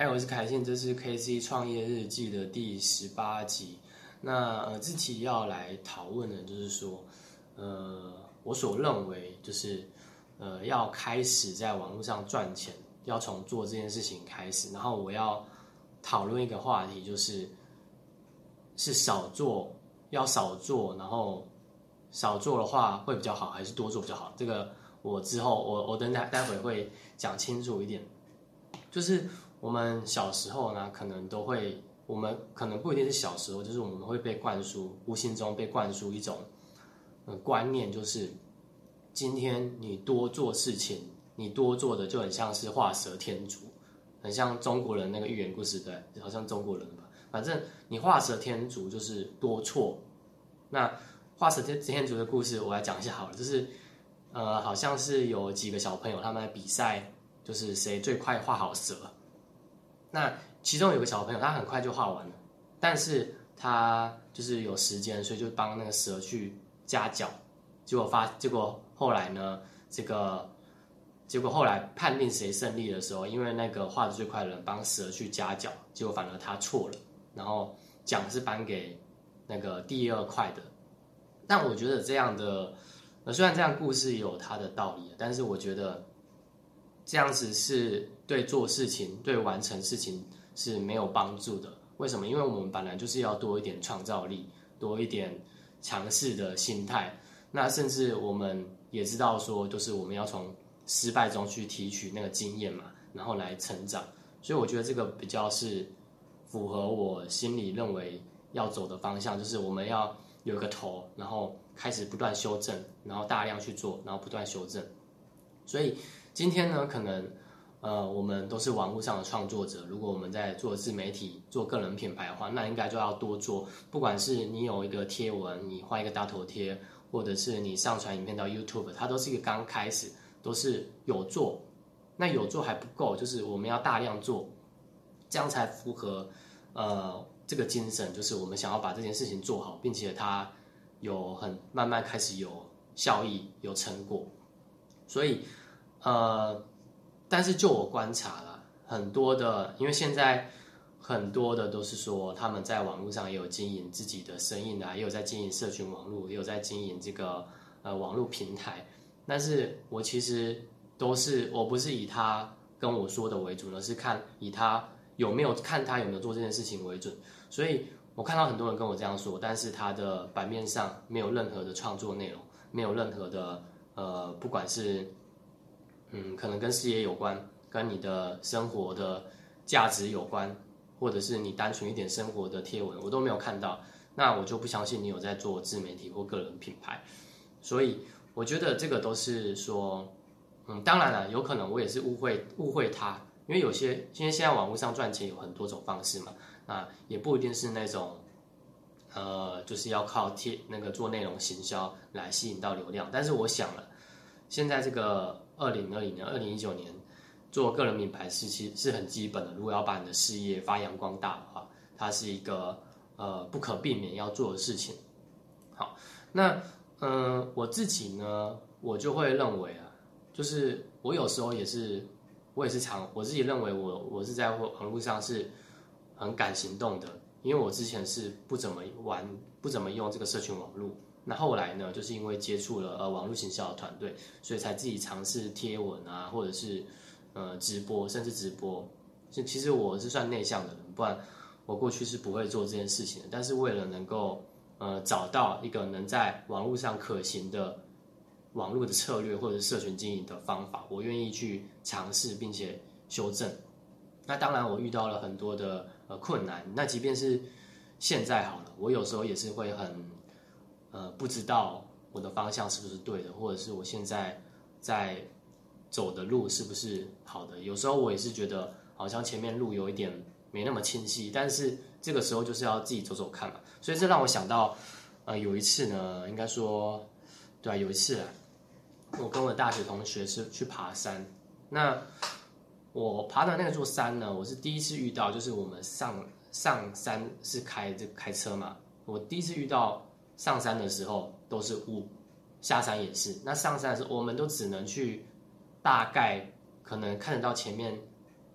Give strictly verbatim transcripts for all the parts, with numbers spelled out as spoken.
嗨，我是凯信，这是 K C 创业日记的第十八集。那呃，这期要来讨论的，就是说，呃，我所认为就是呃，要开始在网络上赚钱，要从做这件事情开始。然后我要讨论一个话题，就是是少做，要少做，然后少做的话会比较好，还是多做比较好？这个我之后我我等待待会会讲清楚一点。就是我们小时候呢，可能都会，我们可能不一定是小时候，就是我们会被灌输，无形中被灌输一种呃观念，就是今天你多做事情，你多做的就很像是画蛇添足，很像中国人那个寓言故事，对，好像中国人吧，反正你画蛇添足就是多错。那画蛇添足的故事我来讲一下好了，就是呃，好像是有几个小朋友他们在比赛。就是谁最快画好蛇，那其中有个小朋友他很快就画完了，但是他就是有时间，所以就帮那个蛇去夹角，结果发结果后来呢，这个结果后来判定谁胜利的时候，因为那个画的最快的人帮蛇去夹角，结果反而他错了，然后奖是颁给那个第二快的。但我觉得这样的，呃，虽然这样故事有它的道理，但是我觉得。这样子是对做事情、对完成事情是没有帮助的。为什么？因为我们本来就是要多一点创造力，多一点尝试的心态。那甚至我们也知道说，就是我们要从失败中去提取那个经验嘛，然后来成长。所以我觉得这个比较是符合我心里认为要走的方向，就是我们要有一个头，然后开始不断修正，然后大量去做，然后不断修正。所以。今天呢，可能呃，我们都是网络上的创作者。如果我们在做自媒体、做个人品牌的话，那应该就要多做。不管是你有一个贴文，你画一个大头贴，或者是你上传影片到 YouTube， 它都是一个刚开始，都是有做。那有做还不够，就是我们要大量做，这样才符合呃这个精神，就是我们想要把这件事情做好，并且它有很慢慢开始有效益、有成果，所以。呃，但是就我观察啦，很多的，因为现在很多的都是说他们在网络上也有经营自己的生意啊，也有在经营社群网络，也有在经营这个呃网络平台。但是我其实都是我不是以他跟我说的为主呢，是看以他有没有看他有没有做这件事情为准。所以我看到很多人跟我这样说，但是他的版面上没有任何的创作内容，没有任何的呃，不管是嗯，可能跟事业有关，跟你的生活的价值有关，或者是你单纯一点生活的贴文，我都没有看到，那我就不相信你有在做自媒体或个人品牌。所以我觉得这个都是说，嗯，当然了，有可能我也是误会误会他，因为有些因为现在网络上赚钱有很多种方式嘛，啊，也不一定是那种，呃，就是要靠贴那个做内容行销来吸引到流量，但是我想了。现在这个二零二零年、二零一九年做个人品牌是其实是很基本的。如果要把你的事业发扬光大的话，它是一个呃不可避免要做的事情。好，那嗯、呃、我自己呢，我就会认为啊，就是我有时候也是，我也是常我自己认为我我是在网络上是很敢行动的，因为我之前是不怎么玩、不怎么用这个社群网络。那后来呢，就是因为接触了呃网络行销的团队，所以才自己尝试贴文啊，或者是呃直播，甚至直播。就其实我是算内向的人，不然我过去是不会做这件事情的。但是为了能够呃找到一个能在网络上可行的网络的策略或者是社群经营的方法，我愿意去尝试并且修正。那当然我遇到了很多的呃困难，那即便是现在好了，我有时候也是会很。呃，不知道我的方向是不是对的，或者是我现在在走的路是不是好的。有时候我也是觉得好像前面路有一点没那么清晰，但是这个时候就是要自己走走看嘛。所以这让我想到，呃，有一次呢，应该说，对啊，有一次啊，我跟我的大学同学是去爬山。那我爬的那座山呢，我是第一次遇到，就是我们上上山是开这开车嘛，我第一次遇到。上山的时候都是雾，下山也是。那上山的时候，我们都只能去大概可能看得到前面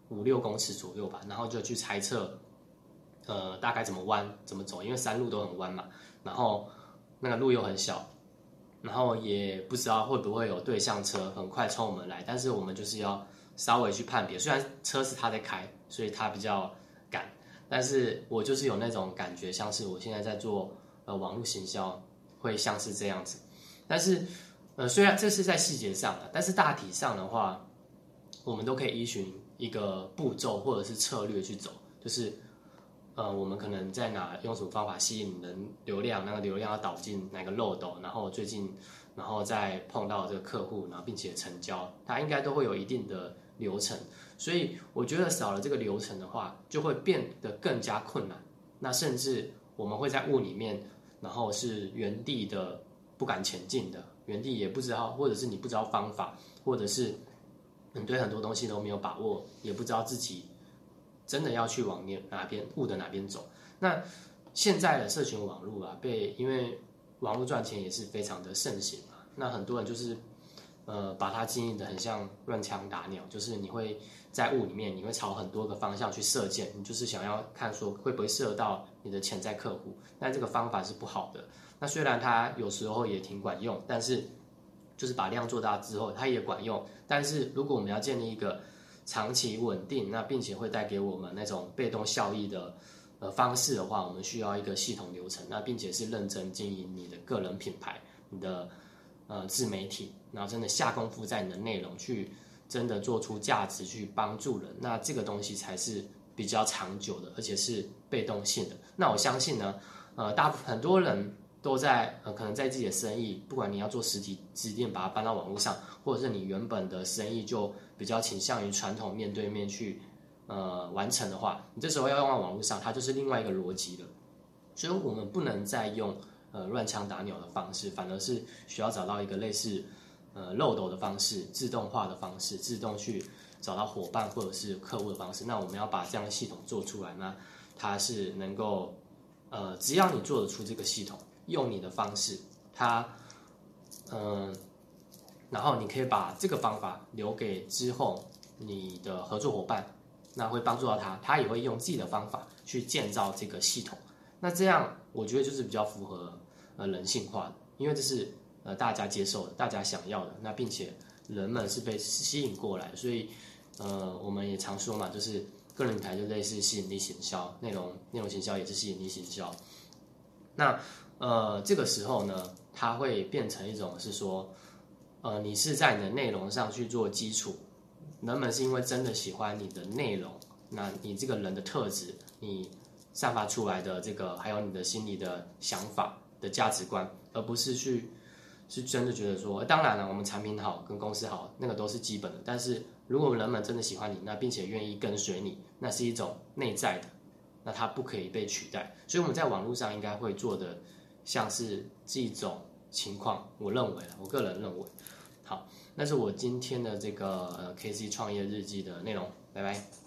五六公尺左右吧，然后就去猜测，呃，大概怎么弯怎么走，因为山路都很弯嘛，然后那个路又很小，然后也不知道会不会有对向车很快冲我们来，但是我们就是要稍微去判别，虽然车是他在开，所以他比较赶，但是我就是有那种感觉，像是我现在在做呃网络行销，会像是这样子，但是呃虽然这是在细节上啊，但是大体上的话，我们都可以依循一个步骤或者是策略去走，就是呃，我们可能在哪用什么方法吸引人流量，那个流量要导进哪个漏斗，然后最近，然后再碰到这个客户，然后并且成交，它应该都会有一定的流程。所以我觉得少了这个流程的话，就会变得更加困难。那甚至我们会在雾里面，然后是原地的不敢前进的，原地也不知道，或者是你不知道方法，或者是你对很多东西都没有把握，也不知道自己真的要去往哪边雾的哪边走。那现在的社群网络啊，被因为网络赚钱也是非常的盛行嘛，那很多人就是呃把它经营的很像乱枪打鸟，就是你会在雾里面，你会朝很多个方向去射箭，你就是想要看说会不会射到你的潜在客户，但这个方法是不好的。那虽然它有时候也挺管用，但是就是把量做大之后，它也管用。但是如果我们要建立一个长期稳定，那并且会带给我们那种被动效益的呃方式的话，我们需要一个系统流程，那并且是认真经营你的个人品牌，你的呃自媒体，然后真的下功夫在你的内容，去真的做出价值，去帮助人，那这个东西才是比较长久的，而且是被动性的。那我相信呢，呃，大部分很多人都在呃，可能在自己的生意，不管你要做实体实店，把它搬到网络上，或者是你原本的生意就比较倾向于传统面对面去呃完成的话，你这时候要用到网络上，它就是另外一个逻辑了。所以我们不能再用呃乱枪打鸟的方式，反而是需要找到一个类似呃漏斗的方式、自动化的方式，自动去找到伙伴或者是客户的方式。那我们要把这样的系统做出来，那它是能够呃，只要你做得出这个系统。用你的方式，它，嗯、呃，然后你可以把这个方法留给之后你的合作伙伴，那会帮助到他，他也会用自己的方法去建造这个系统。那这样我觉得就是比较符合呃人性化的，因为这是呃大家接受的，大家想要的，那并且人们是被吸引过来，所以呃我们也常说嘛，就是个人品牌就类似吸引力行销，内容内容行销也是吸引力行销。那呃，这个时候呢，它会变成一种是说，呃，你是在你的内容上去做基础，人们是因为真的喜欢你的内容，那你这个人的特质，你散发出来的这个，还有你的心里的想法的价值观，而不是去是真的觉得说，当然了，我们产品好跟公司好，那个都是基本的，但是如果人们真的喜欢你，那并且愿意跟随你，那是一种内在的，那它不可以被取代，所以我们在网络上应该会做的。像是这种情况，我认为，我个人认为，好，那是我今天的这个呃 K C 创业日记的内容，拜拜。